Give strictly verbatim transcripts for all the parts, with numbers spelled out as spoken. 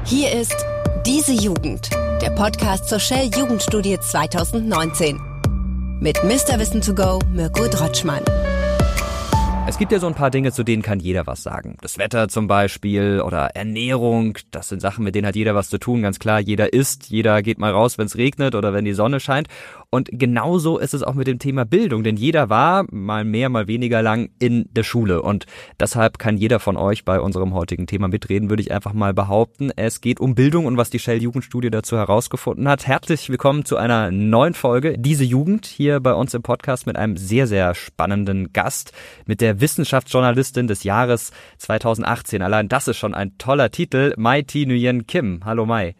Hier ist Diese Jugend, der Podcast zur Shell Jugendstudie zwanzig neunzehn. Mit Mister Wissen to go, Mirko Drotschmann. Es gibt ja so ein paar Dinge, zu denen kann jeder was sagen. Das Wetter zum Beispiel oder Ernährung, das sind Sachen, mit denen hat jeder was zu tun. Ganz klar, jeder isst, jeder geht mal raus, wenn es regnet oder wenn die Sonne scheint. Und genauso ist es auch mit dem Thema Bildung, denn jeder war mal mehr, mal weniger lang in der Schule. Und deshalb kann jeder von euch bei unserem heutigen Thema mitreden, würde ich einfach mal behaupten. Es geht um Bildung und was die Shell Jugendstudie dazu herausgefunden hat. Herzlich willkommen zu einer neuen Folge Diese Jugend hier bei uns im Podcast mit einem sehr, sehr spannenden Gast, mit der Wissenschaftsjournalistin des Jahres zwanzig achtzehn. Allein das ist schon ein toller Titel. Mai Thi Nguyen Kim. Hallo Mai.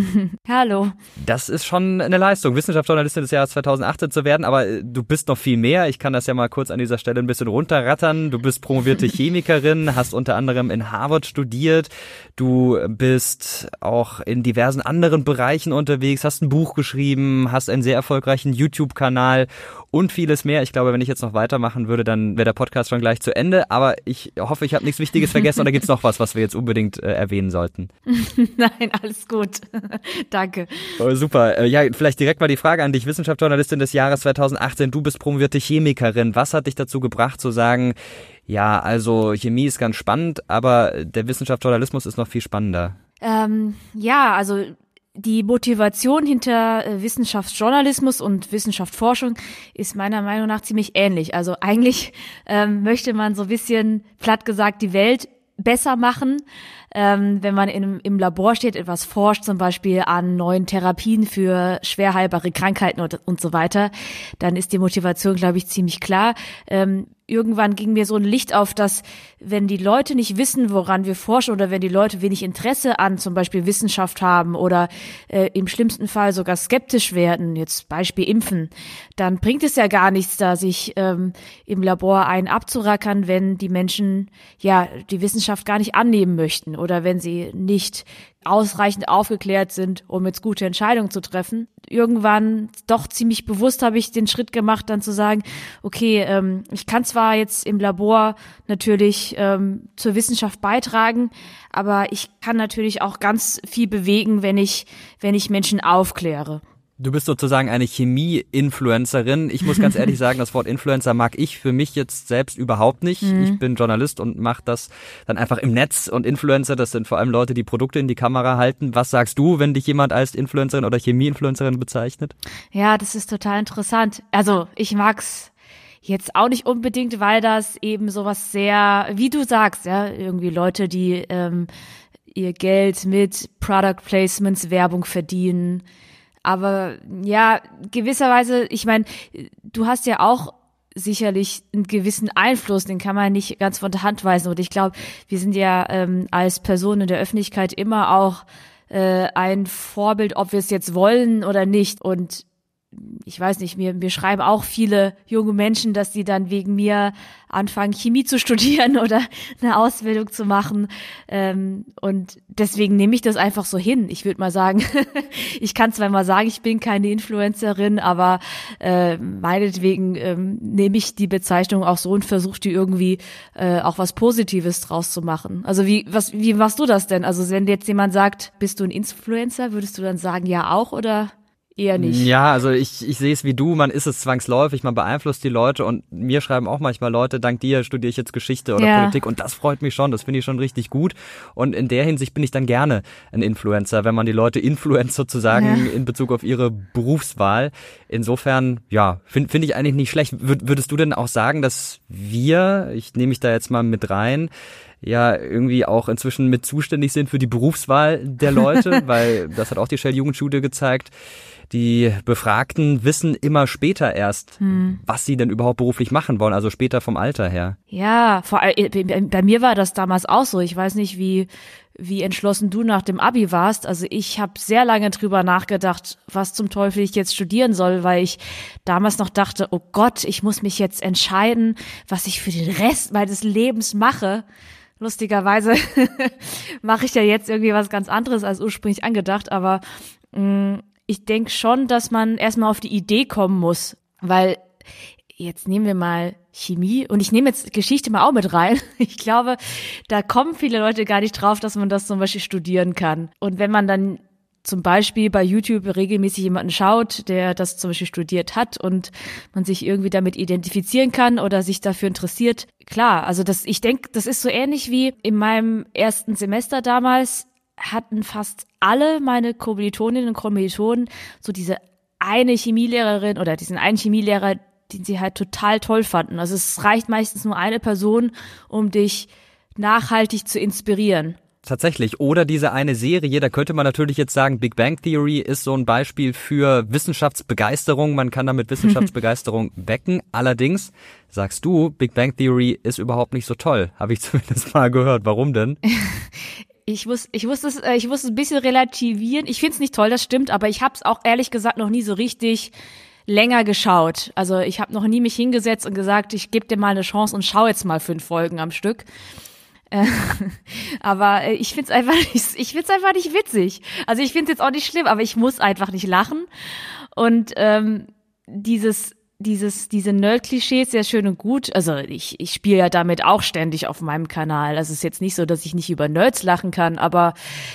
Hallo. Das ist schon eine Leistung, Wissenschaftsjournalistin des Jahres zwanzig achtzehn zu werden, aber du bist noch viel mehr. Ich kann das ja mal kurz an dieser Stelle ein bisschen runterrattern. Du bist promovierte Chemikerin, hast unter anderem in Harvard studiert. Du bist auch in diversen anderen Bereichen unterwegs, hast ein Buch geschrieben, hast einen sehr erfolgreichen YouTube-Kanal und vieles mehr. Ich glaube, wenn ich jetzt noch weitermachen würde, dann wäre der Podcast schon gleich zu Ende. Aber ich hoffe, ich habe nichts Wichtiges vergessen oder gibt es noch was, was wir jetzt unbedingt äh, erwähnen sollten? Nein, alles gut. Danke. Oh, super. Ja, vielleicht direkt mal die Frage an dich, Wissenschaftsjournalistin des Jahres zwanzig achtzehn. Du bist promovierte Chemikerin. Was hat dich dazu gebracht zu sagen, ja, also Chemie ist ganz spannend, aber der Wissenschaftsjournalismus ist noch viel spannender? Ähm, ja, also die Motivation hinter äh, Wissenschaftsjournalismus und Wissenschaftsforschung ist meiner Meinung nach ziemlich ähnlich. Also eigentlich ähm, möchte man so ein bisschen, platt gesagt, die Welt besser machen. Ähm, wenn man in, im Labor steht, etwas forscht, zum Beispiel an neuen Therapien für schwer heilbare Krankheiten und, und so weiter, dann ist die Motivation, glaube ich, ziemlich klar. Ähm, irgendwann ging mir so ein Licht auf, dass wenn die Leute nicht wissen, woran wir forschen oder wenn die Leute wenig Interesse an zum Beispiel Wissenschaft haben oder äh, im schlimmsten Fall sogar skeptisch werden, jetzt Beispiel Impfen, dann bringt es ja gar nichts, da sich ähm, im Labor einen abzurackern, wenn die Menschen ja die Wissenschaft gar nicht annehmen möchten oder wenn sie nicht ausreichend aufgeklärt sind, um jetzt gute Entscheidungen zu treffen. Irgendwann doch ziemlich bewusst habe ich den Schritt gemacht, dann zu sagen, okay, ähm, ich kann zwar jetzt im Labor natürlich ähm, zur Wissenschaft beitragen, aber ich kann natürlich auch ganz viel bewegen, wenn ich, wenn ich Menschen aufkläre. Du bist sozusagen eine Chemie-Influencerin. Ich muss ganz ehrlich sagen, das Wort Influencer mag ich für mich jetzt selbst überhaupt nicht. Mhm. Ich bin Journalist und mache das dann einfach im Netz. Und Influencer, das sind vor allem Leute, die Produkte in die Kamera halten. Was sagst du, wenn dich jemand als Influencerin oder Chemie-Influencerin bezeichnet? Ja, das ist total interessant. Also ich mag's jetzt auch nicht unbedingt, weil das eben sowas sehr, wie du sagst, ja, irgendwie Leute, die ähm, ihr Geld mit Product Placements, Werbung verdienen. Aber ja, gewisserweise, ich meine, du hast ja auch sicherlich einen gewissen Einfluss, den kann man nicht ganz von der Hand weisen. Und ich glaube, wir sind ja ähm, als Personen in der Öffentlichkeit immer auch äh, ein Vorbild, ob wir es jetzt wollen oder nicht. Und ich weiß nicht, mir, mir schreiben auch viele junge Menschen, dass die dann wegen mir anfangen, Chemie zu studieren oder eine Ausbildung zu machen. Ähm, und deswegen nehme ich das einfach so hin. Ich würde mal sagen, ich kann zwar mal sagen, ich bin keine Influencerin, aber äh, meinetwegen ähm, nehme ich die Bezeichnung auch so und versuche die irgendwie äh, auch was Positives draus zu machen. Also wie, was, wie machst du das denn? Also wenn jetzt jemand sagt, bist du ein Influencer, würdest du dann sagen, ja auch oder eher nicht? Ja, also ich, ich sehe es wie du, man ist es zwangsläufig, man beeinflusst die Leute und mir schreiben auch manchmal Leute, dank dir studiere ich jetzt Geschichte oder ja. Politik und das freut mich schon, das finde ich schon richtig gut und in der Hinsicht bin ich dann gerne ein Influencer, wenn man die Leute influenzt sozusagen ja. in Bezug auf ihre Berufswahl. Insofern, ja, finde find ich eigentlich nicht schlecht. Wür- würdest du denn auch sagen, dass wir, ich nehme mich da jetzt mal mit rein, ja irgendwie auch inzwischen mit zuständig sind für die Berufswahl der Leute, weil das hat auch die Shell Jugendstudie gezeigt. Die Befragten wissen immer später erst, hm. was sie denn überhaupt beruflich machen wollen, also später vom Alter her. Ja, vor allem bei mir war das damals auch so. Ich weiß nicht, wie wie entschlossen du nach dem Abi warst. Also ich habe sehr lange drüber nachgedacht, was zum Teufel ich jetzt studieren soll, weil ich damals noch dachte, oh Gott, ich muss mich jetzt entscheiden, was ich für den Rest meines Lebens mache. Lustigerweise mache ich ja jetzt irgendwie was ganz anderes als ursprünglich angedacht, aber mh, ich denke schon, dass man erstmal auf die Idee kommen muss, weil jetzt nehmen wir mal Chemie und ich nehme jetzt Geschichte mal auch mit rein. Ich glaube, da kommen viele Leute gar nicht drauf, dass man das zum Beispiel studieren kann. Und wenn man dann zum Beispiel bei YouTube regelmäßig jemanden schaut, der das zum Beispiel studiert hat und man sich irgendwie damit identifizieren kann oder sich dafür interessiert, klar, also das, ich denke, das ist so ähnlich wie in meinem ersten Semester damals, hatten fast alle meine Kommilitoninnen und Kommilitonen so diese eine Chemielehrerin oder diesen einen Chemielehrer, den sie halt total toll fanden. Also es reicht meistens nur eine Person, um dich nachhaltig zu inspirieren. Tatsächlich. Oder diese eine Serie, da könnte man natürlich jetzt sagen, Big Bang Theory ist so ein Beispiel für Wissenschaftsbegeisterung. Man kann damit Wissenschaftsbegeisterung wecken. Allerdings sagst du, Big Bang Theory ist überhaupt nicht so toll. Habe ich zumindest mal gehört. Warum denn? Ich muss, ich muss es, ich muss es ein bisschen relativieren. Ich finde es nicht toll, das stimmt, aber ich habe es auch ehrlich gesagt noch nie so richtig länger geschaut. Also ich habe noch nie mich hingesetzt und gesagt, ich gebe dir mal eine Chance und schau jetzt mal fünf Folgen am Stück. Äh, aber ich finde es einfach nicht, ich finde es einfach nicht witzig. Also ich finde es jetzt auch nicht schlimm, aber ich muss einfach nicht lachen. Und ähm, dieses Dieses, diese Nerd-Klischees, sehr schön und gut. Also ich, ich spiele ja damit auch ständig auf meinem Kanal. Also es ist jetzt nicht so, dass ich nicht über Nerds lachen kann, aber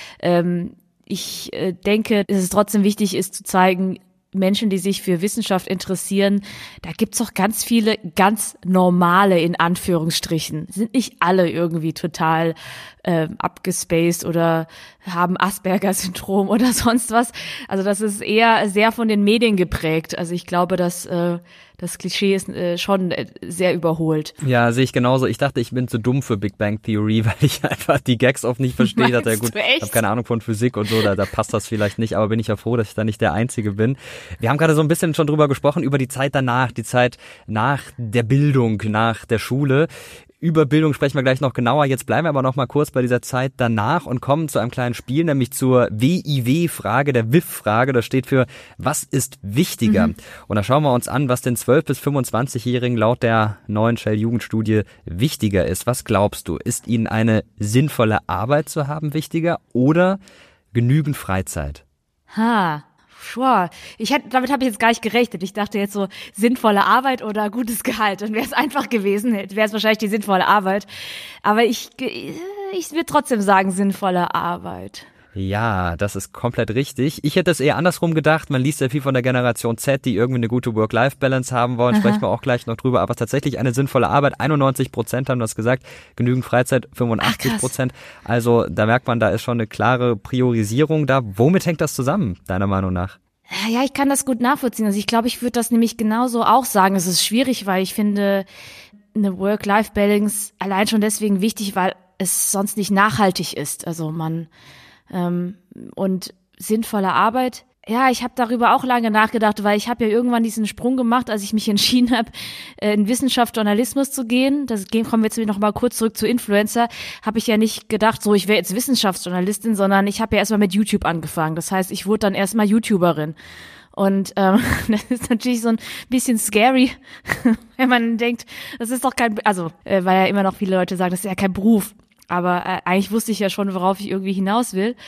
ähm, ich äh, denke, dass es trotzdem wichtig ist zu zeigen, Menschen, die sich für Wissenschaft interessieren, da gibt's doch ganz viele ganz normale, in Anführungsstrichen. Sind nicht alle irgendwie total äh, abgespaced oder haben Asperger-Syndrom oder sonst was. Also das ist eher sehr von den Medien geprägt. Also ich glaube, dass äh, das Klischee ist äh, schon äh, sehr überholt. Ja, sehe ich genauso. Ich dachte, ich bin zu dumm für Big Bang Theory, weil ich einfach die Gags oft nicht verstehe. Dachte, ja gut, ich habe keine Ahnung von Physik und so, da, da passt das vielleicht nicht, aber bin ich ja froh, dass ich da nicht der Einzige bin. Wir haben gerade so ein bisschen schon drüber gesprochen, über die Zeit danach, die Zeit nach der Bildung, nach der Schule. Über Bildung sprechen wir gleich noch genauer. Jetzt bleiben wir aber noch mal kurz bei dieser Zeit danach und kommen zu einem kleinen Spiel, nämlich zur W I W-Frage, der W I F-Frage. Das steht für, was ist wichtiger? Mhm. Und da schauen wir uns an, was den zwölf- bis fünfundzwanzigjährigen laut der neuen Shell-Jugendstudie wichtiger ist. Was glaubst du? Ist ihnen eine sinnvolle Arbeit zu haben wichtiger oder genügend Freizeit? Ha. Wow. Ich hätte, damit habe ich jetzt gar nicht gerechnet. Ich dachte jetzt so sinnvolle Arbeit oder gutes Gehalt. Dann wäre es einfach gewesen, wäre es wahrscheinlich die sinnvolle Arbeit. Aber ich, ich würde trotzdem sagen sinnvolle Arbeit. Ja, das ist komplett richtig. Ich hätte es eher andersrum gedacht. Man liest ja viel von der Generation Z, die irgendwie eine gute Work-Life-Balance haben wollen. Aha. Sprechen wir auch gleich noch drüber. Aber tatsächlich eine sinnvolle Arbeit. einundneunzig Prozent haben das gesagt. Genügend Freizeit, fünfundachtzig Prozent. Also da merkt man, da ist schon eine klare Priorisierung da. Womit hängt das zusammen, deiner Meinung nach? Ja, ich kann das gut nachvollziehen. Also ich glaube, ich würde das nämlich genauso auch sagen. Es ist schwierig, weil ich finde, eine Work-Life-Balance allein schon deswegen wichtig, weil es sonst nicht nachhaltig ist. Also man ähm, und sinnvolle Arbeit. Ja, ich habe darüber auch lange nachgedacht, weil ich habe ja irgendwann diesen Sprung gemacht, als ich mich entschieden habe, in Wissenschaft, Journalismus zu gehen. Das kommen wir jetzt noch mal kurz zurück zu Influencer. Habe ich ja nicht gedacht, so ich wäre jetzt Wissenschaftsjournalistin, sondern ich habe ja erstmal mit YouTube angefangen. Das heißt, ich wurde dann erstmal YouTuberin. Und ähm, das ist natürlich so ein bisschen scary, wenn man denkt, das ist doch kein, also äh, weil ja immer noch viele Leute sagen, das ist ja kein Beruf. Aber äh, eigentlich wusste ich ja schon, worauf ich irgendwie hinaus will.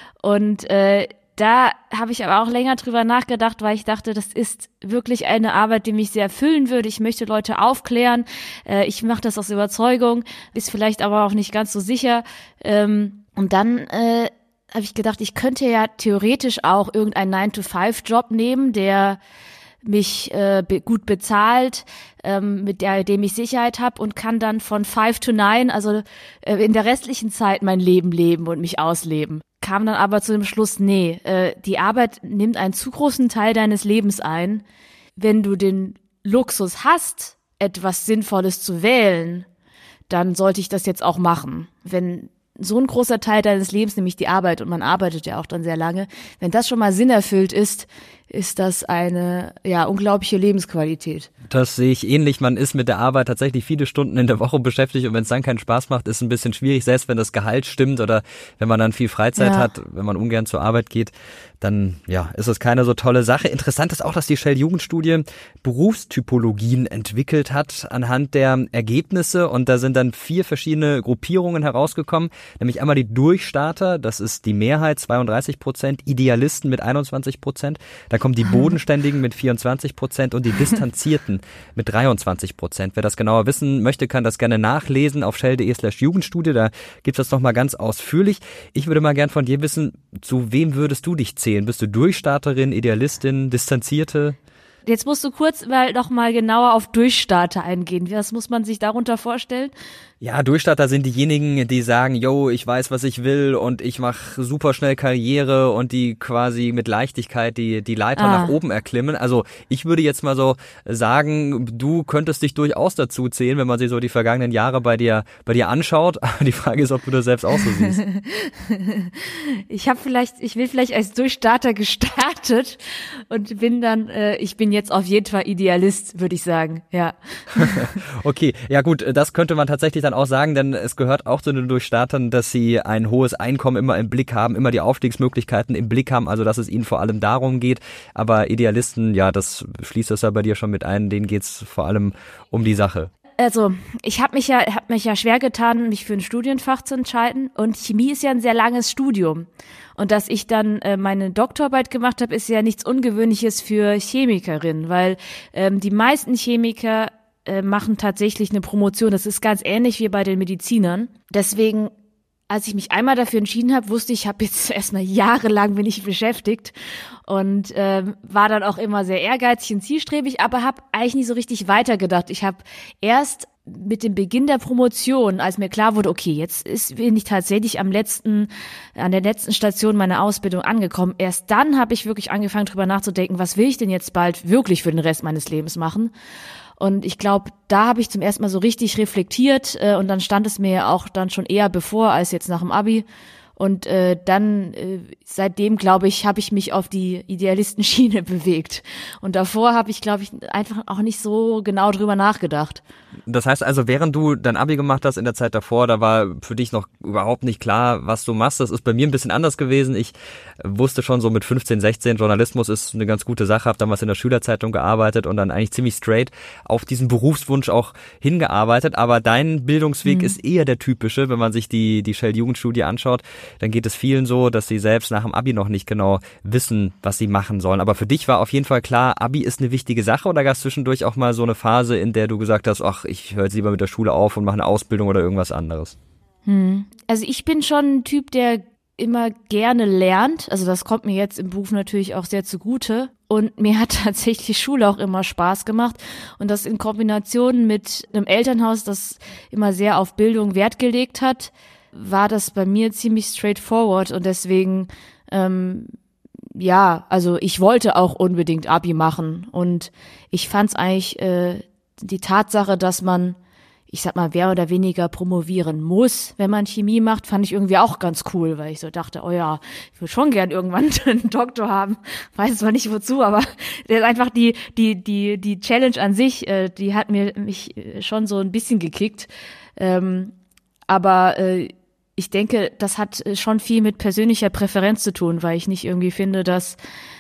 Und äh, da habe ich aber auch länger drüber nachgedacht, weil ich dachte, das ist wirklich eine Arbeit, die mich sehr erfüllen würde. Ich möchte Leute aufklären. Äh, ich mache das aus Überzeugung, ist vielleicht aber auch nicht ganz so sicher. Ähm, und dann äh, habe ich gedacht, ich könnte ja theoretisch auch irgendeinen nine to five Job nehmen, der mich äh, be- gut bezahlt, ähm, mit der, dem ich Sicherheit habe und kann dann von five to nine, also äh, in der restlichen Zeit mein Leben leben und mich ausleben. Kam dann aber zu dem Schluss, nee, äh, die Arbeit nimmt einen zu großen Teil deines Lebens ein. Wenn du den Luxus hast, etwas Sinnvolles zu wählen, dann sollte ich das jetzt auch machen. Wenn so ein großer Teil deines Lebens, nämlich die Arbeit, und man arbeitet ja auch dann sehr lange, wenn das schon mal sinnerfüllt ist, ist das eine ja unglaubliche Lebensqualität. Das sehe ich ähnlich. Man ist mit der Arbeit tatsächlich viele Stunden in der Woche beschäftigt und wenn es dann keinen Spaß macht, ist es ein bisschen schwierig, selbst wenn das Gehalt stimmt oder wenn man dann viel Freizeit ja. hat, wenn man ungern zur Arbeit geht, dann ja, ist es keine so tolle Sache. Interessant ist auch, dass die Shell-Jugendstudie Berufstypologien entwickelt hat anhand der Ergebnisse und da sind dann vier verschiedene Gruppierungen herausgekommen, nämlich einmal die Durchstarter, das ist die Mehrheit, zweiunddreißig Prozent, Idealisten mit einundzwanzig Prozent. Da kommen die Bodenständigen mit vierundzwanzig Prozent und die Distanzierten mit dreiundzwanzig Prozent. Wer das genauer wissen möchte, kann das gerne nachlesen auf shell.de slash Jugendstudie. Da gibt's das nochmal ganz ausführlich. Ich würde mal gern von dir wissen, zu wem würdest du dich zählen? Bist du Durchstarterin, Idealistin, Distanzierte? Jetzt musst du kurz mal noch mal genauer auf Durchstarter eingehen. Was muss man sich darunter vorstellen? Ja, Durchstarter sind diejenigen, die sagen, yo, ich weiß, was ich will und ich mache super schnell Karriere und die quasi mit Leichtigkeit die die Leiter ah. nach oben erklimmen. Also ich würde jetzt mal so sagen, du könntest dich durchaus dazu zählen, wenn man sich so die vergangenen Jahre bei dir bei dir anschaut. Aber die Frage ist, ob du das selbst auch so siehst. Ich habe vielleicht, ich will vielleicht als Durchstarter gestartet und bin dann, äh, ich bin jetzt auf jeden Fall Idealist, würde ich sagen, ja. Okay, ja gut, das könnte man tatsächlich dann auch sagen, denn es gehört auch zu den Durchstartern, dass sie ein hohes Einkommen immer im Blick haben, immer die Aufstiegsmöglichkeiten im Blick haben, also dass es ihnen vor allem darum geht. Aber Idealisten, ja, das schließt das ja bei dir schon mit ein, denen geht's vor allem um die Sache. Also ich habe mich ja hab mich ja schwer getan, mich für ein Studienfach zu entscheiden und Chemie ist ja ein sehr langes Studium und dass ich dann äh, meine Doktorarbeit gemacht habe, ist ja nichts Ungewöhnliches für Chemikerinnen, weil ähm, die meisten Chemiker äh, machen tatsächlich eine Promotion. Das ist ganz ähnlich wie bei den Medizinern. Deswegen, als ich mich einmal dafür entschieden habe, wusste ich, ich habe jetzt erstmal jahrelang bin ich beschäftigt und äh, war dann auch immer sehr ehrgeizig und zielstrebig, aber habe eigentlich nie so richtig weitergedacht. Ich habe erst mit dem Beginn der Promotion, als mir klar wurde, okay, jetzt ist bin ich tatsächlich am letzten, an der letzten Station meiner Ausbildung angekommen. Erst dann habe ich wirklich angefangen, drüber nachzudenken, was will ich denn jetzt bald wirklich für den Rest meines Lebens machen? Und ich glaube, da habe ich zum ersten Mal so richtig reflektiert äh, und dann stand es mir auch dann schon eher bevor als jetzt nach dem Abi. Und äh, dann, äh, seitdem, glaube ich, habe ich mich auf die Idealistenschiene bewegt. Und davor habe ich, glaube ich, einfach auch nicht so genau drüber nachgedacht. Das heißt also, während du dein Abi gemacht hast in der Zeit davor, da war für dich noch überhaupt nicht klar, was du machst. Das ist bei mir ein bisschen anders gewesen. Ich wusste schon so mit fünfzehn, sechzehn, Journalismus ist eine ganz gute Sache, habe damals in der Schülerzeitung gearbeitet und dann eigentlich ziemlich straight auf diesen Berufswunsch auch hingearbeitet. Aber dein Bildungsweg mhm. ist eher der typische, wenn man sich die, die Shell-Jugendstudie anschaut. Dann geht es vielen so, dass sie selbst nach dem Abi noch nicht genau wissen, was sie machen sollen. Aber für dich war auf jeden Fall klar, Abi ist eine wichtige Sache, oder gab es zwischendurch auch mal so eine Phase, in der du gesagt hast, ach, ich höre jetzt lieber mit der Schule auf und mache eine Ausbildung oder irgendwas anderes? Hm. Also ich bin schon ein Typ, der immer gerne lernt. Also das kommt mir jetzt im Beruf natürlich auch sehr zugute. Und mir hat tatsächlich Schule auch immer Spaß gemacht. Und das in Kombination mit einem Elternhaus, das immer sehr auf Bildung Wert gelegt hat, war das bei mir ziemlich straightforward. Und deswegen, ähm, ja, also ich wollte auch unbedingt Abi machen. Und ich fand es eigentlich äh, die Tatsache, dass man, ich sag mal, mehr oder weniger promovieren muss, wenn man Chemie macht, fand ich irgendwie auch ganz cool, weil ich so dachte, oh ja, ich würde schon gern irgendwann einen Doktor haben. Weiß zwar nicht wozu, aber der ist einfach die die die die Challenge an sich, äh, die hat mir mich schon so ein bisschen gekickt. Ähm, aber äh, ich denke, das hat schon viel mit persönlicher Präferenz zu tun, weil ich nicht irgendwie finde, dass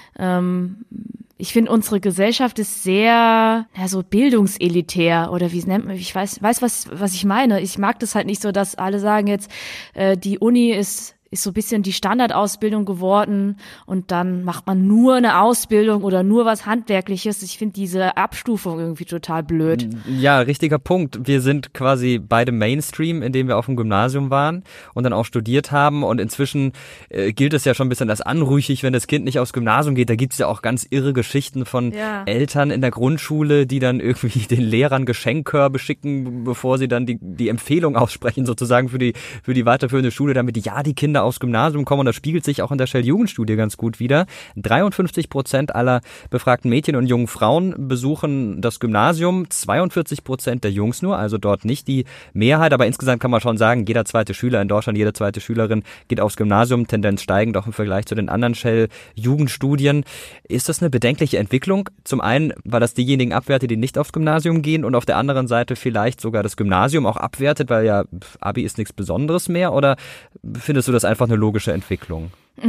ähm, ich finde, unsere Gesellschaft ist sehr, ja, so bildungselitär, oder wie es nennt man, ich weiß, weiß was, was ich meine. Ich mag das halt nicht so, dass alle sagen jetzt, äh, die Uni ist, ist so ein bisschen die Standardausbildung geworden und dann macht man nur eine Ausbildung oder nur was Handwerkliches. Ich finde diese Abstufung irgendwie total blöd. Ja, richtiger Punkt. Wir sind quasi beide Mainstream, indem wir auf dem Gymnasium waren und dann auch studiert haben, und inzwischen äh, gilt es ja schon ein bisschen als anrüchig, wenn das Kind nicht aufs Gymnasium geht. Da gibt es ja auch ganz irre Geschichten von ja. Eltern in der Grundschule, die dann irgendwie den Lehrern Geschenkkörbe schicken, bevor sie dann die die Empfehlung aussprechen, sozusagen für die für die weiterführende Schule, damit ja die Kinder aufs Gymnasium kommen. Und das spiegelt sich auch in der Shell-Jugendstudie ganz gut wider. dreiundfünfzig Prozent aller befragten Mädchen und jungen Frauen besuchen das Gymnasium, zweiundvierzig Prozent der Jungs nur, also dort nicht die Mehrheit, aber insgesamt kann man schon sagen, jeder zweite Schüler in Deutschland, jede zweite Schülerin geht aufs Gymnasium, Tendenz steigend auch im Vergleich zu den anderen Shell-Jugendstudien. Ist das eine bedenkliche Entwicklung? Zum einen, weil das diejenigen abwertet, die nicht aufs Gymnasium gehen, und auf der anderen Seite vielleicht sogar das Gymnasium auch abwertet, weil ja Abi ist nichts Besonderes mehr, oder findest du das einfach eine logische Entwicklung?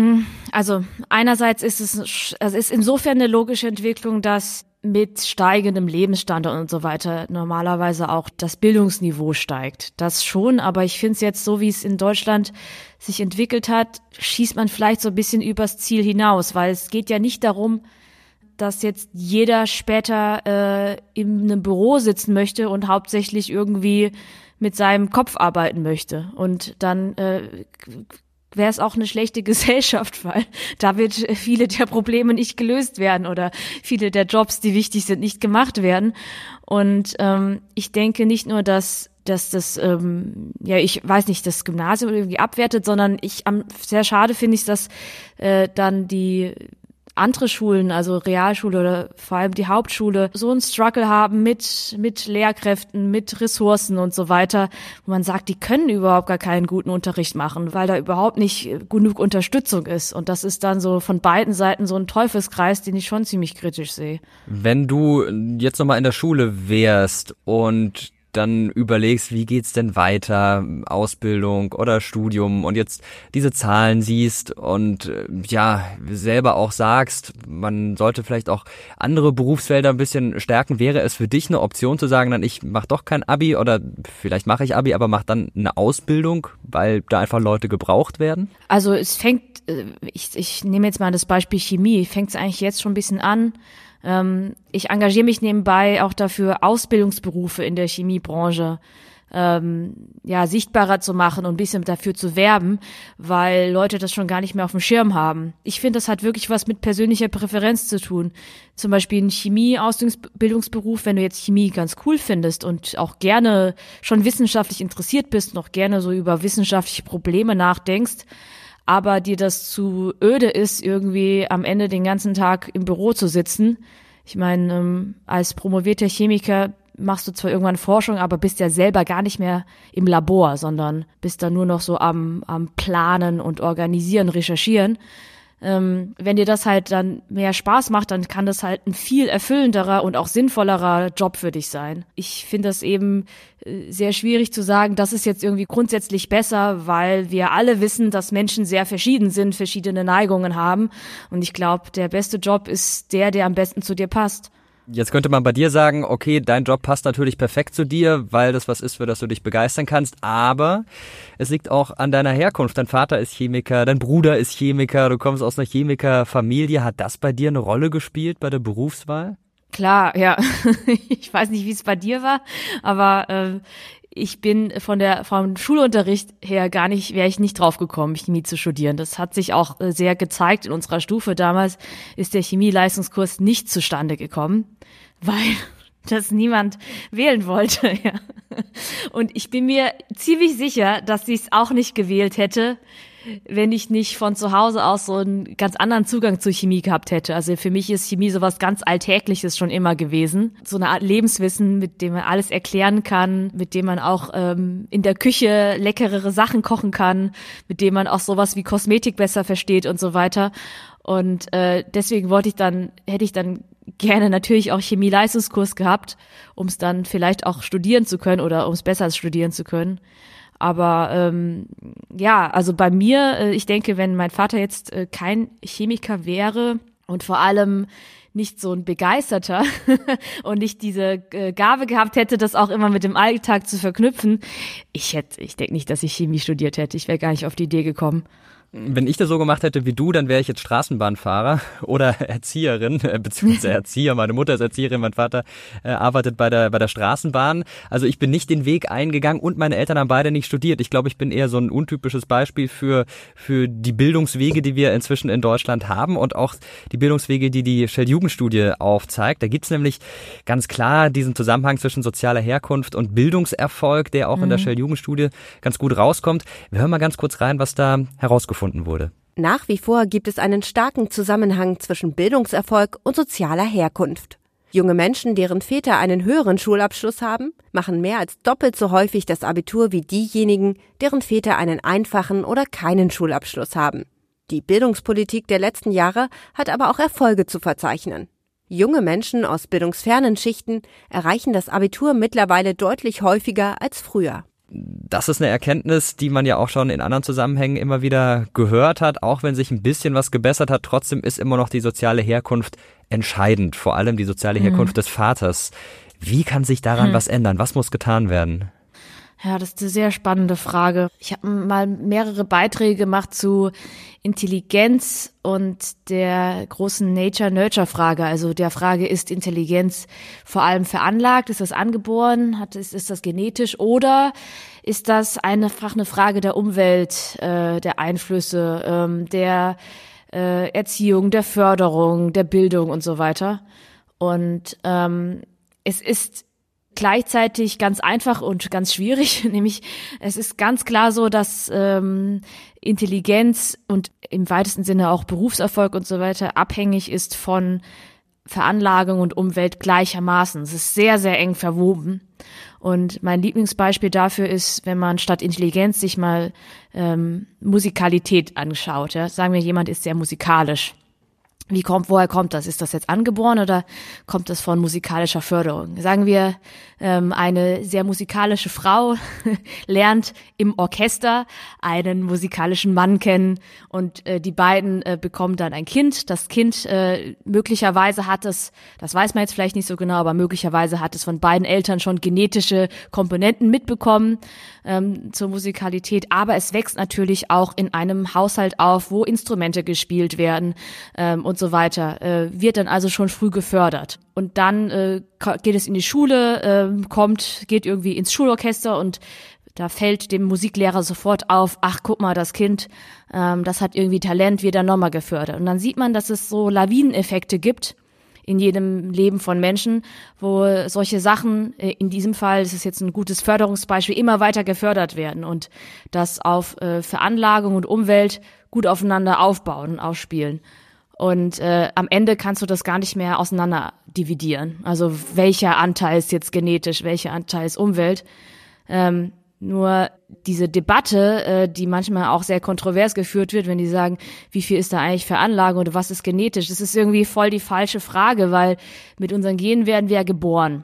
Also einerseits ist es, es ist insofern eine logische Entwicklung, dass mit steigendem Lebensstandard und so weiter normalerweise auch das Bildungsniveau steigt. Das schon, aber ich finde es jetzt so, wie es in Deutschland sich entwickelt hat, schießt man vielleicht so ein bisschen übers Ziel hinaus, weil es geht ja nicht darum, dass jetzt jeder später äh, in einem Büro sitzen möchte und hauptsächlich irgendwie mit seinem Kopf arbeiten möchte. Und dann äh, wäre es auch eine schlechte Gesellschaft, weil da wird viele der Probleme nicht gelöst werden oder viele der Jobs, die wichtig sind, nicht gemacht werden. Und ähm, ich denke nicht nur, dass dass das, ähm, ja, ich weiß nicht, das Gymnasium irgendwie abwertet, sondern ich am sehr schade finde ich, dass äh, dann die andere Schulen, also Realschule oder vor allem die Hauptschule, so einen Struggle haben mit mit Lehrkräften, mit Ressourcen und so weiter, wo man sagt, die können überhaupt gar keinen guten Unterricht machen, weil da überhaupt nicht genug Unterstützung ist. Und das ist dann so von beiden Seiten so ein Teufelskreis, den ich schon ziemlich kritisch sehe. Wenn du jetzt nochmal in der Schule wärst und dann überlegst, wie geht's denn weiter, Ausbildung oder Studium und jetzt diese Zahlen siehst und ja, selber auch sagst, man sollte vielleicht auch andere Berufsfelder ein bisschen stärken, wäre es für dich eine Option zu sagen, dann ich mache doch kein Abi oder vielleicht mache ich Abi, aber mache dann eine Ausbildung, weil da einfach Leute gebraucht werden? Also es fängt, ich, ich nehme jetzt mal das Beispiel Chemie, fängt es eigentlich jetzt schon ein bisschen an. Ich engagiere mich nebenbei auch dafür, Ausbildungsberufe in der Chemiebranche ähm, ja sichtbarer zu machen und ein bisschen dafür zu werben, weil Leute das schon gar nicht mehr auf dem Schirm haben. Ich finde, das hat wirklich was mit persönlicher Präferenz zu tun. Zum Beispiel ein Chemie-Ausbildungsberuf, wenn du jetzt Chemie ganz cool findest und auch gerne schon wissenschaftlich interessiert bist, noch gerne so über wissenschaftliche Probleme nachdenkst, aber dir das zu öde ist, irgendwie am Ende den ganzen Tag im Büro zu sitzen. Ich meine, ähm, als promovierter Chemiker machst du zwar irgendwann Forschung, aber bist ja selber gar nicht mehr im Labor, sondern bist dann nur noch so am, am Planen und Organisieren, Recherchieren. Ähm, wenn dir das halt dann mehr Spaß macht, dann kann das halt ein viel erfüllenderer und auch sinnvollerer Job für dich sein. Ich finde das eben äh, sehr schwierig zu sagen, das ist jetzt irgendwie grundsätzlich besser, weil wir alle wissen, dass Menschen sehr verschieden sind, verschiedene Neigungen haben. Und ich glaube, der beste Job ist der, der am besten zu dir passt. Jetzt könnte man bei dir sagen, okay, dein Job passt natürlich perfekt zu dir, weil das was ist, für das du dich begeistern kannst, aber es liegt auch an deiner Herkunft. Dein Vater ist Chemiker, dein Bruder ist Chemiker, du kommst aus einer Chemikerfamilie. Hat das bei dir eine Rolle gespielt bei der Berufswahl? Klar, ja. Ich weiß nicht, wie es bei dir war, aber äh, ich bin von der vom Schulunterricht her gar nicht, wäre ich nicht drauf gekommen, Chemie zu studieren. Das hat sich auch äh, sehr gezeigt in unserer Stufe. Damals ist der Chemieleistungskurs nicht zustande gekommen, weil das niemand wählen wollte. Ja. Und ich bin mir ziemlich sicher, dass ich es auch nicht gewählt hätte, wenn ich nicht von zu Hause aus so einen ganz anderen Zugang zu Chemie gehabt hätte. Also für mich ist Chemie sowas ganz Alltägliches schon immer gewesen. So eine Art Lebenswissen, mit dem man alles erklären kann, mit dem man auch ähm, in der Küche leckerere Sachen kochen kann, mit dem man auch sowas wie Kosmetik besser versteht und so weiter. Und äh, deswegen wollte ich dann, hätte ich dann gerne natürlich auch Chemieleistungskurs gehabt, um es dann vielleicht auch studieren zu können oder um es besser studieren zu können. Aber ähm, ja, also bei mir, äh, ich denke, wenn mein Vater jetzt äh, kein Chemiker wäre und vor allem nicht so ein Begeisterter und nicht diese äh, Gabe gehabt hätte, das auch immer mit dem Alltag zu verknüpfen, ich hätte, ich denke nicht, dass ich Chemie studiert hätte. Ich wäre gar nicht auf die Idee gekommen. Wenn ich das so gemacht hätte wie du, dann wäre ich jetzt Straßenbahnfahrer oder Erzieherin, äh, beziehungsweise Erzieher. Meine Mutter ist Erzieherin, mein Vater äh, arbeitet bei der bei der Straßenbahn. Also ich bin nicht den Weg eingegangen und meine Eltern haben beide nicht studiert. Ich glaube, ich bin eher so ein untypisches Beispiel für für die Bildungswege, die wir inzwischen in Deutschland haben und auch die Bildungswege, die die Shell-Jugendstudie aufzeigt. Da gibt's nämlich ganz klar diesen Zusammenhang zwischen sozialer Herkunft und Bildungserfolg, der auch mhm. in der Shell-Jugendstudie ganz gut rauskommt. Wir hören mal ganz kurz rein, was da herausgefunden wurde. Nach wie vor gibt es einen starken Zusammenhang zwischen Bildungserfolg und sozialer Herkunft. Junge Menschen, deren Väter einen höheren Schulabschluss haben, machen mehr als doppelt so häufig das Abitur wie diejenigen, deren Väter einen einfachen oder keinen Schulabschluss haben. Die Bildungspolitik der letzten Jahre hat aber auch Erfolge zu verzeichnen. Junge Menschen aus bildungsfernen Schichten erreichen das Abitur mittlerweile deutlich häufiger als früher. Das ist eine Erkenntnis, die man ja auch schon in anderen Zusammenhängen immer wieder gehört hat. Auch wenn sich ein bisschen was gebessert hat, trotzdem ist immer noch die soziale Herkunft entscheidend. Vor allem die soziale Herkunft mhm. des Vaters. Wie kann sich daran mhm. was ändern? Was muss getan werden? Ja, das ist eine sehr spannende Frage. Ich habe mal mehrere Beiträge gemacht zu Intelligenz und der großen Nature-Nurture-Frage. Also der Frage, ist Intelligenz vor allem veranlagt? Ist das angeboren? Hat, ist, ist das genetisch? Oder ist das einfach eine Frage der Umwelt, äh, der Einflüsse, ähm, der äh, Erziehung, der Förderung, der Bildung und so weiter? Und ähm, es ist gleichzeitig ganz einfach und ganz schwierig, nämlich es ist ganz klar so, dass ähm, Intelligenz und im weitesten Sinne auch Berufserfolg und so weiter abhängig ist von Veranlagung und Umwelt gleichermaßen. Es ist sehr, sehr eng verwoben. Und mein Lieblingsbeispiel dafür ist, wenn man statt Intelligenz sich mal ähm, Musikalität anschaut. Ja? Sagen wir, jemand ist sehr musikalisch. Wie kommt, woher kommt das? Ist das jetzt angeboren oder kommt das von musikalischer Förderung? Sagen wir, ähm, eine sehr musikalische Frau lernt im Orchester einen musikalischen Mann kennen und äh, die beiden äh, bekommen dann ein Kind. Das Kind äh, möglicherweise hat es, das weiß man jetzt vielleicht nicht so genau, aber möglicherweise hat es von beiden Eltern schon genetische Komponenten mitbekommen ähm, zur Musikalität. Aber es wächst natürlich auch in einem Haushalt auf, wo Instrumente gespielt werden ähm, und so weiter, äh, wird dann also schon früh gefördert. Und dann äh, geht es in die Schule, äh, kommt, geht irgendwie ins Schulorchester und da fällt dem Musiklehrer sofort auf, ach, guck mal, das Kind, ähm, das hat irgendwie Talent, wird dann nochmal gefördert. Und dann sieht man, dass es so Lawineneffekte gibt in jedem Leben von Menschen, wo solche Sachen, äh, in diesem Fall, das ist jetzt ein gutes Förderungsbeispiel, immer weiter gefördert werden und das auf äh, Veranlagung und Umwelt gut aufeinander aufbauen und aufspielen. Und äh, am Ende kannst du das gar nicht mehr auseinander dividieren. Also welcher Anteil ist jetzt genetisch, welcher Anteil ist Umwelt. Ähm, nur diese Debatte, äh, die manchmal auch sehr kontrovers geführt wird, wenn die sagen, wie viel ist da eigentlich Veranlagung oder was ist genetisch, das ist irgendwie voll die falsche Frage, weil mit unseren Genen werden wir ja geboren.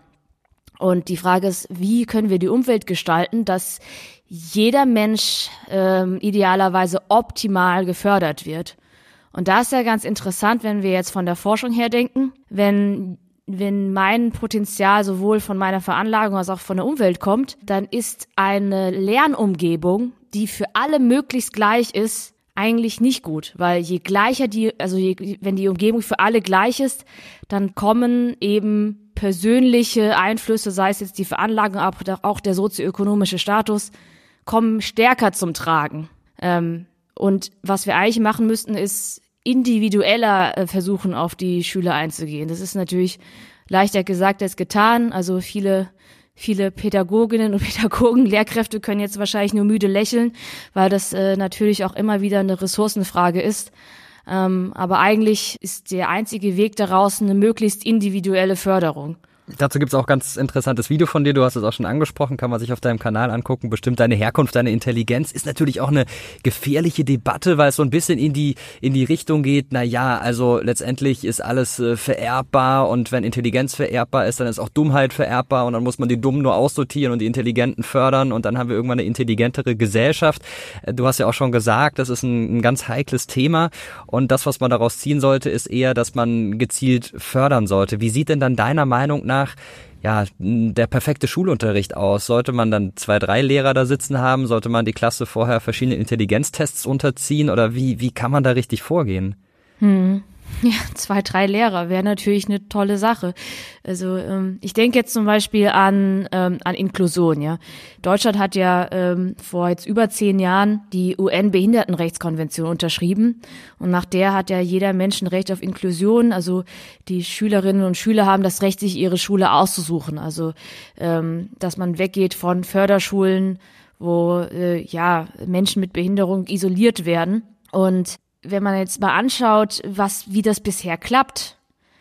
Und die Frage ist, wie können wir die Umwelt gestalten, dass jeder Mensch ähm, idealerweise optimal gefördert wird. Und da ist ja ganz interessant, wenn wir jetzt von der Forschung her denken, wenn wenn mein Potenzial sowohl von meiner Veranlagung als auch von der Umwelt kommt, dann ist eine Lernumgebung, die für alle möglichst gleich ist, eigentlich nicht gut, weil je gleicher die, also je, wenn die Umgebung für alle gleich ist, dann kommen eben persönliche Einflüsse, sei es jetzt die Veranlagung, aber auch der sozioökonomische Status, kommen stärker zum Tragen. Ähm, und was wir eigentlich machen müssten, ist individueller äh, versuchen, auf die Schüler einzugehen. Das ist natürlich leichter gesagt als getan. Also viele, viele Pädagoginnen und Pädagogen, Lehrkräfte können jetzt wahrscheinlich nur müde lächeln, weil das äh, natürlich auch immer wieder eine Ressourcenfrage ist. Ähm, aber eigentlich ist der einzige Weg daraus eine möglichst individuelle Förderung. Dazu gibt's auch ganz interessantes Video von dir, du hast es auch schon angesprochen, kann man sich auf deinem Kanal angucken. Bestimmt deine Herkunft, deine Intelligenz ist natürlich auch eine gefährliche Debatte, weil es so ein bisschen in die in die Richtung geht, na ja, also letztendlich ist alles äh, vererbbar und wenn Intelligenz vererbbar ist, dann ist auch Dummheit vererbbar und dann muss man die Dummen nur aussortieren und die Intelligenten fördern und dann haben wir irgendwann eine intelligentere Gesellschaft. Äh, du hast ja auch schon gesagt, das ist ein, ein ganz heikles Thema und das, was man daraus ziehen sollte, ist eher, dass man gezielt fördern sollte. Wie sieht denn dann deiner Meinung nach ja, der perfekte Schulunterricht aus? Sollte man dann zwei, drei Lehrer da sitzen haben? Sollte man die Klasse vorher verschiedene Intelligenztests unterziehen? Oder wie, wie kann man da richtig vorgehen? Hm. Ja, zwei, drei Lehrer wäre natürlich eine tolle Sache. Also ähm, ich denke jetzt zum Beispiel an ähm, an Inklusion. Ja, Deutschland hat ja ähm, vor jetzt über zehn Jahren die U N-Behindertenrechtskonvention unterschrieben und nach der hat ja jeder Mensch ein Recht auf Inklusion. Also die Schülerinnen und Schüler haben das Recht, sich ihre Schule auszusuchen. Also ähm, dass man weggeht von Förderschulen, wo äh, ja Menschen mit Behinderung isoliert werden. Und wenn man jetzt mal anschaut, was, wie das bisher klappt,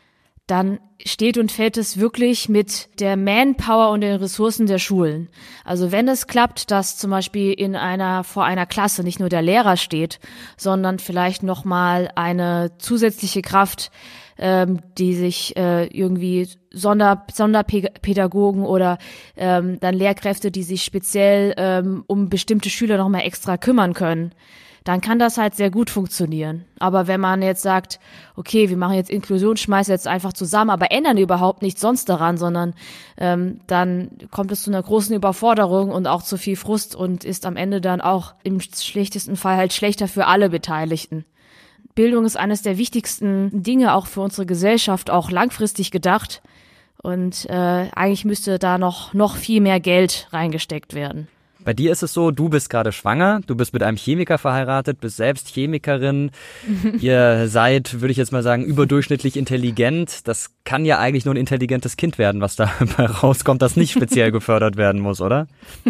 dann steht und fällt es wirklich mit der Manpower und den Ressourcen der Schulen. Also wenn es klappt, dass zum Beispiel in einer, vor einer Klasse nicht nur der Lehrer steht, sondern vielleicht nochmal eine zusätzliche Kraft, ähm, die sich äh, irgendwie Sonder, Sonderpädagogen oder ähm, dann Lehrkräfte, die sich speziell ähm, um bestimmte Schüler nochmal extra kümmern können. dann kann das halt sehr gut funktionieren. Aber wenn man jetzt sagt, okay, wir machen jetzt Inklusion, schmeißen jetzt einfach zusammen, aber ändern überhaupt nichts sonst daran, sondern ähm, dann kommt es zu einer großen Überforderung und auch zu viel Frust und ist am Ende dann auch im schlechtesten Fall halt schlechter für alle Beteiligten. Bildung ist eines der wichtigsten Dinge auch für unsere Gesellschaft, auch langfristig gedacht. Und äh, eigentlich müsste da noch, noch viel mehr Geld reingesteckt werden. Bei dir ist es so, du bist gerade schwanger, du bist mit einem Chemiker verheiratet, bist selbst Chemikerin. Ihr seid, würde ich jetzt mal sagen, überdurchschnittlich intelligent. Das kann ja eigentlich nur ein intelligentes Kind werden, was dabei rauskommt, das nicht speziell gefördert werden muss, oder?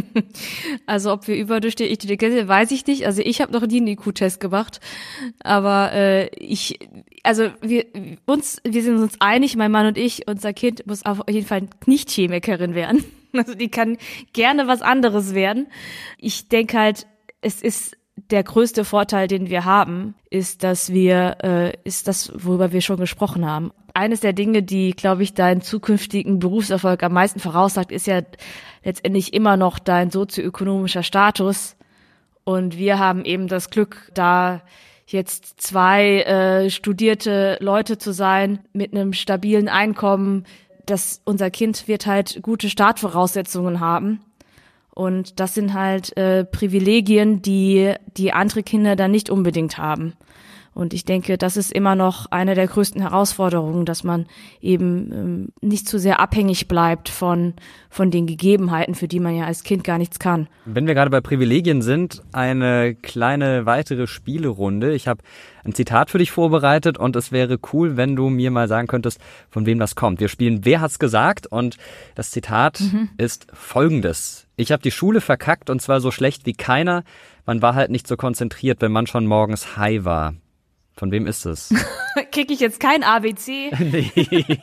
Also ob wir überdurchschnittlich intelligent sind, weiß ich nicht. Also ich habe noch nie einen I Q-Test gemacht. Aber äh, ich, also wir uns, wir sind uns einig, mein Mann und ich, unser Kind muss auf jeden Fall nicht Chemikerin werden. Also die kann gerne was anderes werden. Ich denke halt, es ist der größte Vorteil, den wir haben, ist, dass wir, äh, ist das, worüber wir schon gesprochen haben. Eines der Dinge, die, glaube ich, deinen zukünftigen Berufserfolg am meisten voraussagt, ist ja letztendlich immer noch dein sozioökonomischer Status. Und wir haben eben das Glück, da jetzt zwei äh, studierte Leute zu sein, mit einem stabilen Einkommen, dass unser Kind wird halt gute Startvoraussetzungen haben. Und das sind halt äh, Privilegien, die die andere Kinder dann nicht unbedingt haben. Und ich denke, das ist immer noch eine der größten Herausforderungen, dass man eben ähm, nicht zu sehr abhängig bleibt von von den Gegebenheiten, für die man ja als Kind gar nichts kann. Wenn wir gerade bei Privilegien sind, eine kleine weitere Spielerunde. Ich habe ein Zitat für dich vorbereitet und es wäre cool, wenn du mir mal sagen könntest, von wem das kommt. Wir spielen Wer hat's gesagt? Und das Zitat mhm. ist folgendes. Ich habe die Schule verkackt und zwar so schlecht wie keiner. Man war halt nicht so konzentriert, wenn man schon morgens high war. Von wem ist es? Krieg ich jetzt kein A B C? Nee.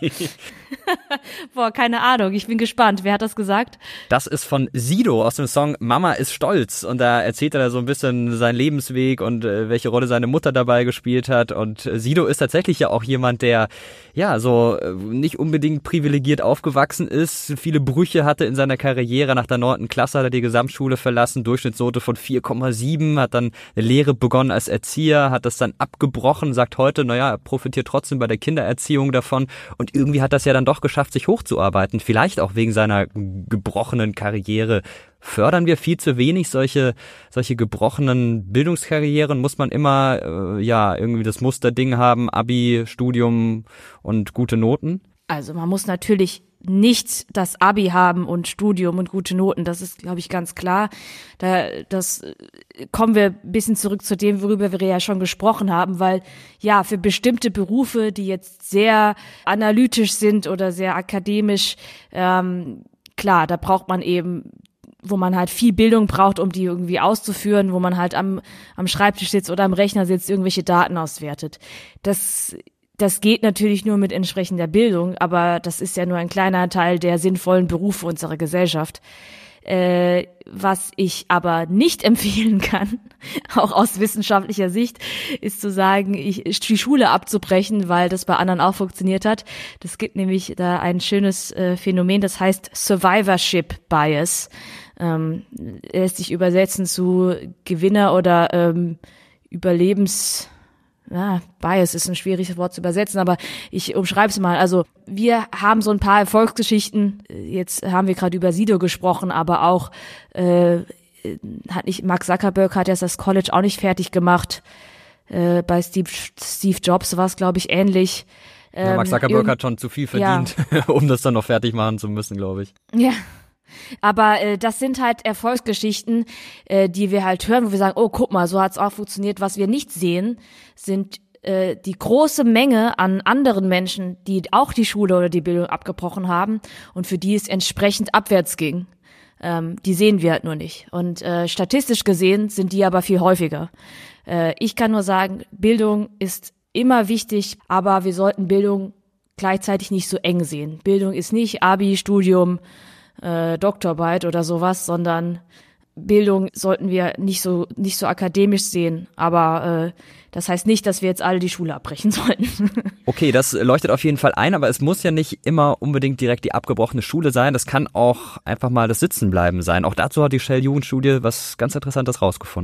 Boah, keine Ahnung. Ich bin gespannt. Wer hat das gesagt? Das ist von Sido aus dem Song Mama ist stolz. Und da erzählt er so ein bisschen seinen Lebensweg und äh, welche Rolle seine Mutter dabei gespielt hat. Und äh, Sido ist tatsächlich ja auch jemand, der ja so äh, nicht unbedingt privilegiert aufgewachsen ist. Viele Brüche hatte in seiner Karriere. Nach der neunten Klasse hat er die Gesamtschule verlassen. Durchschnittsnote von vier Komma sieben. Hat dann eine Lehre begonnen als Erzieher. Hat das dann abgebrochen. Sagt heute, naja, er profitiert trotzdem bei der Kindererziehung davon. Und irgendwie hat das ja dann doch geschafft, sich hochzuarbeiten. Vielleicht auch wegen seiner gebrochenen Karriere. Fördern wir viel zu wenig solche solche gebrochenen Bildungskarrieren? Muss man immer äh, ja irgendwie das Musterding haben, Abi, Studium und gute Noten? Also man muss natürlich nicht das Abi haben und Studium und gute Noten, das ist, glaube ich, ganz klar. Da, das kommen wir ein bisschen zurück zu dem, worüber wir ja schon gesprochen haben, weil ja, für bestimmte Berufe, die jetzt sehr analytisch sind oder sehr akademisch, ähm, klar, da braucht man eben, wo man halt viel Bildung braucht, um die irgendwie auszuführen, wo man halt am, am Schreibtisch sitzt oder am Rechner sitzt, irgendwelche Daten auswertet. Das Das geht natürlich nur mit entsprechender Bildung, aber das ist ja nur ein kleiner Teil der sinnvollen Berufe unserer Gesellschaft. Äh, was ich aber nicht empfehlen kann, auch aus wissenschaftlicher Sicht, ist zu sagen, ich, die Schule abzubrechen, weil das bei anderen auch funktioniert hat. Das gibt nämlich da ein schönes äh, Phänomen, das heißt Survivorship Bias. Ähm, lässt sich übersetzen zu Gewinner- oder ähm, Überlebens... Ja, Bias ist ein schwieriges Wort zu übersetzen, aber ich umschreibe es mal. Also wir haben so ein paar Erfolgsgeschichten. Jetzt haben wir gerade über Sido gesprochen, aber auch äh, hat nicht Mark Zuckerberg hat jetzt das College auch nicht fertig gemacht. Äh, bei Steve, Steve Jobs war es, glaube ich, ähnlich. Ja, Mark Zuckerberg ähm, hat schon zu viel verdient, ja. um das dann noch fertig machen zu müssen, glaube ich. Ja. Aber äh, das sind halt Erfolgsgeschichten, äh, die wir halt hören, wo wir sagen, oh, guck mal, so hat's auch funktioniert. Was wir nicht sehen, sind äh, die große Menge an anderen Menschen, die auch die Schule oder die Bildung abgebrochen haben und für die es entsprechend abwärts ging. Ähm, die sehen wir halt nur nicht. Und äh, statistisch gesehen sind die aber viel häufiger. Äh, ich kann nur sagen, Bildung ist immer wichtig, aber wir sollten Bildung gleichzeitig nicht so eng sehen. Bildung ist nicht Abi, Studium, Äh, Doktorarbeit oder sowas, sondern Bildung sollten wir nicht so nicht so akademisch sehen, aber äh, das heißt nicht, dass wir jetzt alle die Schule abbrechen sollten. Okay, das leuchtet auf jeden Fall ein, aber es muss ja nicht immer unbedingt direkt die abgebrochene Schule sein, das kann auch einfach mal das Sitzenbleiben sein. Auch dazu hat die Shell-Jugendstudie was ganz Interessantes rausgefunden.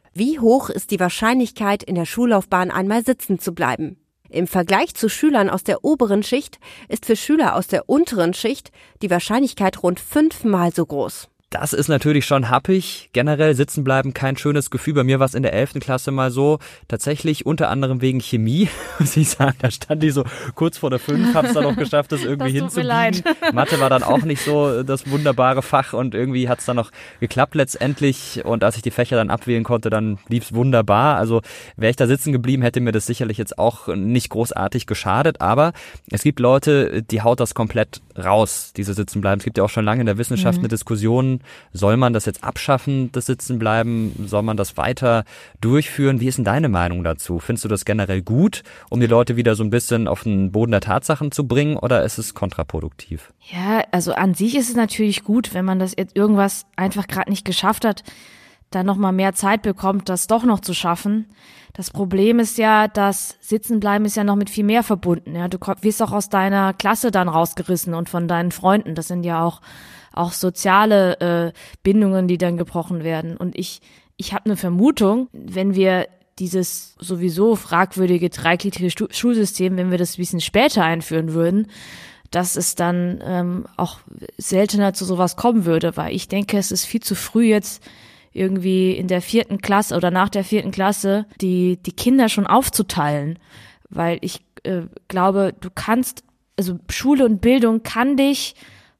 Wie hoch ist die Wahrscheinlichkeit, in der Schullaufbahn einmal sitzen zu bleiben? Im Vergleich zu Schülern aus der oberen Schicht ist für Schüler aus der unteren Schicht die Wahrscheinlichkeit rund fünfmal so groß. Das ist natürlich schon happig. Generell sitzen bleiben kein schönes Gefühl. Bei mir war es in der elften Klasse mal so. Tatsächlich unter anderem wegen Chemie, muss ich sagen. Da stand die so kurz vor der fünf, hab's dann noch geschafft, das irgendwie das tut mir leid. Mathe war dann auch nicht so das wunderbare Fach und irgendwie hat's dann noch geklappt letztendlich. Und als ich die Fächer dann abwählen konnte, dann lief's wunderbar. Also wäre ich da sitzen geblieben, hätte mir das sicherlich jetzt auch nicht großartig geschadet. Aber es gibt Leute, die haut das komplett raus, diese Sitzen bleiben. Es gibt ja auch schon lange in der Wissenschaft mhm. eine Diskussion, soll man das jetzt abschaffen, das Sitzenbleiben? Soll man das weiter durchführen? Wie ist denn deine Meinung dazu? Findest du das generell gut, um die Leute wieder so ein bisschen auf den Boden der Tatsachen zu bringen, oder ist es kontraproduktiv? Ja, also an sich ist es natürlich gut, wenn man das jetzt irgendwas einfach gerade nicht geschafft hat, dann nochmal mehr Zeit bekommt, das doch noch zu schaffen. Das Problem ist ja, dass Sitzenbleiben ist ja noch mit viel mehr verbunden. Ja, du wirst auch aus deiner Klasse dann rausgerissen und von deinen Freunden. Das sind ja auch auch soziale äh, Bindungen, die dann gebrochen werden. Und ich ich habe eine Vermutung, wenn wir dieses sowieso fragwürdige dreigliedrige Stu- Schulsystem, wenn wir das ein bisschen später einführen würden, dass es dann ähm, auch seltener zu sowas kommen würde, weil ich denke, es ist viel zu früh jetzt irgendwie in der vierten Klasse oder nach der vierten Klasse die die Kinder schon aufzuteilen, weil ich äh, glaube, du kannst, also Schule und Bildung kann dich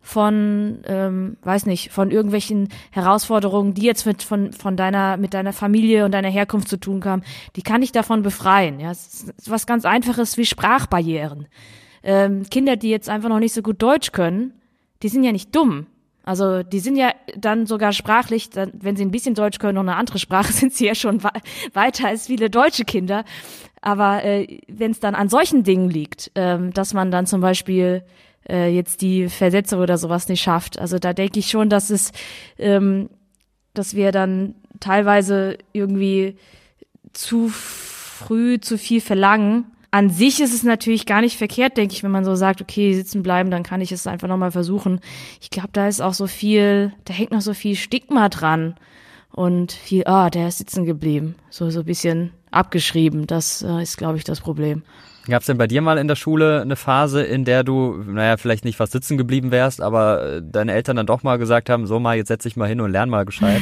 von, ähm, weiß nicht, von irgendwelchen Herausforderungen, die jetzt mit von von deiner mit deiner Familie und deiner Herkunft zu tun haben, die kann dich davon befreien. Ja, es ist was ganz Einfaches wie Sprachbarrieren. Ähm, Kinder, die jetzt einfach noch nicht so gut Deutsch können, die sind ja nicht dumm. Also die sind ja dann sogar sprachlich, dann, wenn sie ein bisschen Deutsch können, noch eine andere Sprache, sind sie ja schon wa- weiter als viele deutsche Kinder. Aber äh, wenn es dann an solchen Dingen liegt, ähm, dass man dann zum Beispiel äh, jetzt die Versätze oder sowas nicht schafft, also da denke ich schon, dass es, ähm, dass wir dann teilweise irgendwie zu früh zu viel verlangen. An sich ist es natürlich gar nicht verkehrt, denke ich, wenn man so sagt, okay, sitzen bleiben, dann kann ich es einfach nochmal versuchen. Ich glaube, da ist auch so viel, da hängt noch so viel Stigma dran und viel, ah, der ist sitzen geblieben. So, so ein bisschen abgeschrieben, das äh, ist, glaube ich, das Problem. Gab es denn bei dir mal in der Schule eine Phase, in der du, naja, vielleicht nicht fast sitzen geblieben wärst, aber deine Eltern dann doch mal gesagt haben, so mal, jetzt setz dich mal hin und lern mal gescheit?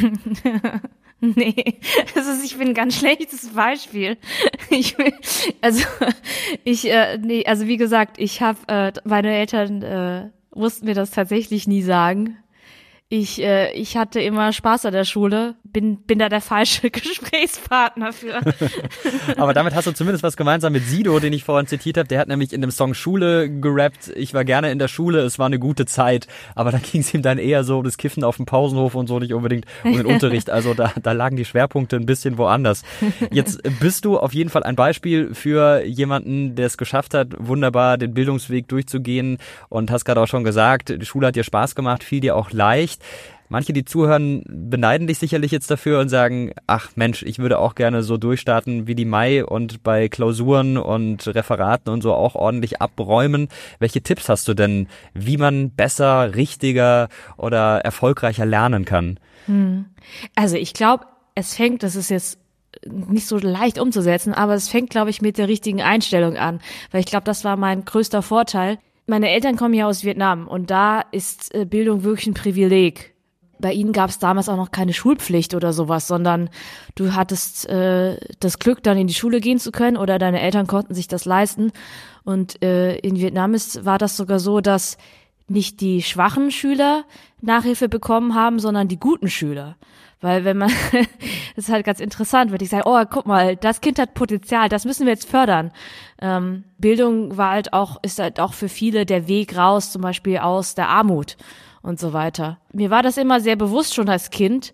Nee, das ist, ich bin ein ganz schlechtes Beispiel. Ich will, also ich, äh, nee, also wie gesagt, ich habe, äh, meine Eltern äh, mussten mir das tatsächlich nie sagen. Ich, äh, ich hatte immer Spaß an der Schule, bin, bin da der falsche Gesprächspartner für. Aber damit hast du zumindest was gemeinsam mit Sido, den ich vorhin zitiert habe. Der hat nämlich in dem Song Schule gerappt. Ich war gerne in der Schule, es war eine gute Zeit. Aber da ging es ihm dann eher so um das Kiffen auf dem Pausenhof und so, nicht unbedingt um den Unterricht. Also da, da lagen die Schwerpunkte ein bisschen woanders. Jetzt bist du auf jeden Fall ein Beispiel für jemanden, der es geschafft hat, wunderbar den Bildungsweg durchzugehen, und hast gerade auch schon gesagt, die Schule hat dir Spaß gemacht, fiel dir auch leicht. Manche, die zuhören, beneiden dich sicherlich jetzt dafür und sagen, ach Mensch, ich würde auch gerne so durchstarten wie die Mai und bei Klausuren und Referaten und so auch ordentlich abräumen. Welche Tipps hast du denn, wie man besser, richtiger oder erfolgreicher lernen kann? Hm. Also ich glaube, es fängt, das ist jetzt nicht so leicht umzusetzen, aber es fängt, glaube ich, mit der richtigen Einstellung an, weil ich glaube, das war mein größter Vorteil. Meine Eltern kommen ja aus Vietnam und da ist Bildung wirklich ein Privileg. Bei ihnen gab es damals auch noch keine Schulpflicht oder sowas, sondern du hattest äh, das Glück, dann in die Schule gehen zu können, oder deine Eltern konnten sich das leisten. Und äh, in Vietnam ist, war das sogar so, dass nicht die schwachen Schüler Nachhilfe bekommen haben, sondern die guten Schüler. Weil wenn man, das ist halt ganz interessant, wenn ich sage, oh, guck mal, das Kind hat Potenzial, das müssen wir jetzt fördern. Ähm, Bildung war halt auch, ist halt auch für viele der Weg raus, zum Beispiel aus der Armut und so weiter. Mir war das immer sehr bewusst schon als Kind,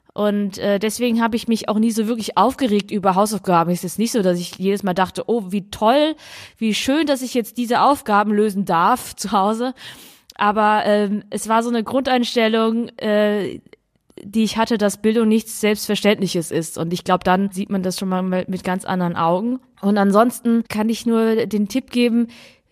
und äh, deswegen habe ich mich auch nie so wirklich aufgeregt über Hausaufgaben. Es ist nicht so, dass ich jedes Mal dachte, oh, wie toll, wie schön, dass ich jetzt diese Aufgaben lösen darf zu Hause. Aber ähm, es war so eine Grundeinstellung, äh, die ich hatte, dass Bildung nichts Selbstverständliches ist. Und ich glaube, dann sieht man das schon mal mit ganz anderen Augen. Und ansonsten kann ich nur den Tipp geben,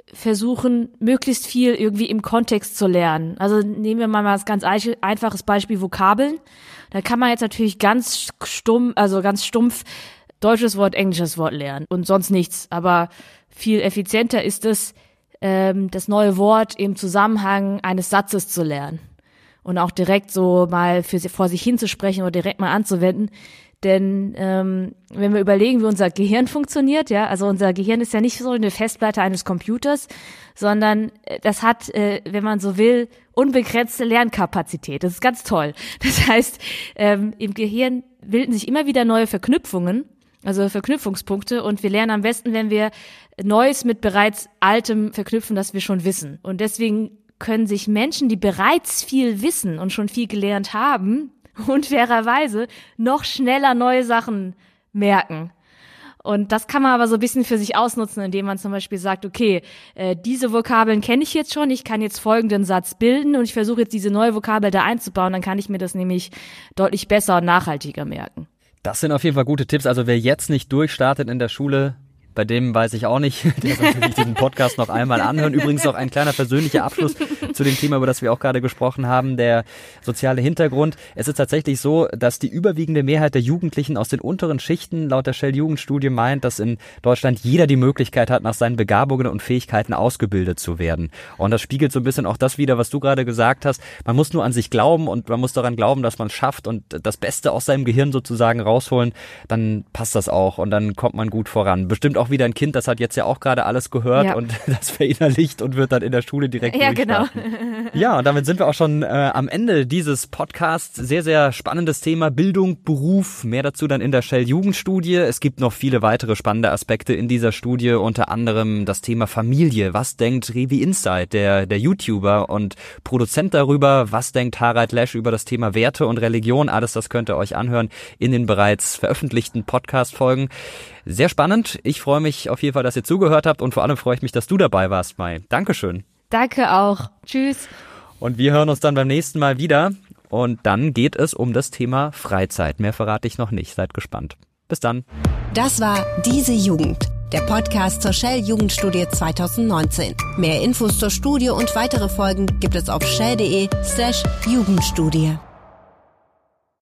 versuchen, möglichst viel irgendwie im Kontext zu lernen. Also nehmen wir mal ein ganz einfaches Beispiel Vokabeln. Da kann man jetzt natürlich ganz stumm, also ganz stumpf deutsches Wort, englisches Wort lernen und sonst nichts. Aber viel effizienter ist es, ähm, das neue Wort im Zusammenhang eines Satzes zu lernen und auch direkt so mal für vor sich hinzusprechen oder direkt mal anzuwenden. Denn ähm, wenn wir überlegen, wie unser Gehirn funktioniert, ja, also unser Gehirn ist ja nicht so eine Festplatte eines Computers, sondern das hat, äh, wenn man so will, unbegrenzte Lernkapazität. Das ist ganz toll. Das heißt, ähm, im Gehirn bilden sich immer wieder neue Verknüpfungen, also Verknüpfungspunkte, und wir lernen am besten, wenn wir Neues mit bereits Altem verknüpfen, das wir schon wissen. Und deswegen können sich Menschen, die bereits viel wissen und schon viel gelernt haben, unfairerweise noch schneller neue Sachen merken. Und das kann man aber so ein bisschen für sich ausnutzen, indem man zum Beispiel sagt, okay, äh, diese Vokabeln kenne ich jetzt schon, ich kann jetzt folgenden Satz bilden und ich versuche jetzt diese neue Vokabel da einzubauen, dann kann ich mir das nämlich deutlich besser und nachhaltiger merken. Das sind auf jeden Fall gute Tipps. Also wer jetzt nicht durchstartet in der Schule, bei dem weiß ich auch nicht, der soll natürlich diesen Podcast noch einmal anhören. Übrigens noch ein kleiner persönlicher Abschluss zu dem Thema, über das wir auch gerade gesprochen haben, der soziale Hintergrund. Es ist tatsächlich so, dass die überwiegende Mehrheit der Jugendlichen aus den unteren Schichten laut der Shell-Jugendstudie meint, dass in Deutschland jeder die Möglichkeit hat, nach seinen Begabungen und Fähigkeiten ausgebildet zu werden. Und das spiegelt so ein bisschen auch das wider, was du gerade gesagt hast. Man muss nur an sich glauben und man muss daran glauben, dass man es schafft und das Beste aus seinem Gehirn sozusagen rausholen. Dann passt das auch und dann kommt man gut voran. Bestimmt auch wieder ein Kind, das hat jetzt ja auch gerade alles gehört ja. und das verinnerlicht und wird dann in der Schule direkt ja, genau. Ja, und damit sind wir auch schon äh, am Ende dieses Podcasts. Sehr, sehr spannendes Thema, Bildung, Beruf, mehr dazu dann in der Shell-Jugendstudie. Es gibt noch viele weitere spannende Aspekte in dieser Studie, unter anderem das Thema Familie. Was denkt Revi Insight, der, der YouTuber und Produzent darüber? Was denkt Harald Lesch über das Thema Werte und Religion? Alles das könnt ihr euch anhören in den bereits veröffentlichten Podcast-Folgen. Sehr spannend. Ich freue mich auf jeden Fall, dass ihr zugehört habt und vor allem freue ich mich, dass du dabei warst, Mai. Dankeschön. Danke auch. Tschüss. Und wir hören uns dann beim nächsten Mal wieder. Und dann geht es um das Thema Freizeit. Mehr verrate ich noch nicht. Seid gespannt. Bis dann. Das war Diese Jugend, der Podcast zur Shell-Jugendstudie zwanzig neunzehn. Mehr Infos zur Studie und weitere Folgen gibt es auf shell punkt de slash Jugendstudie.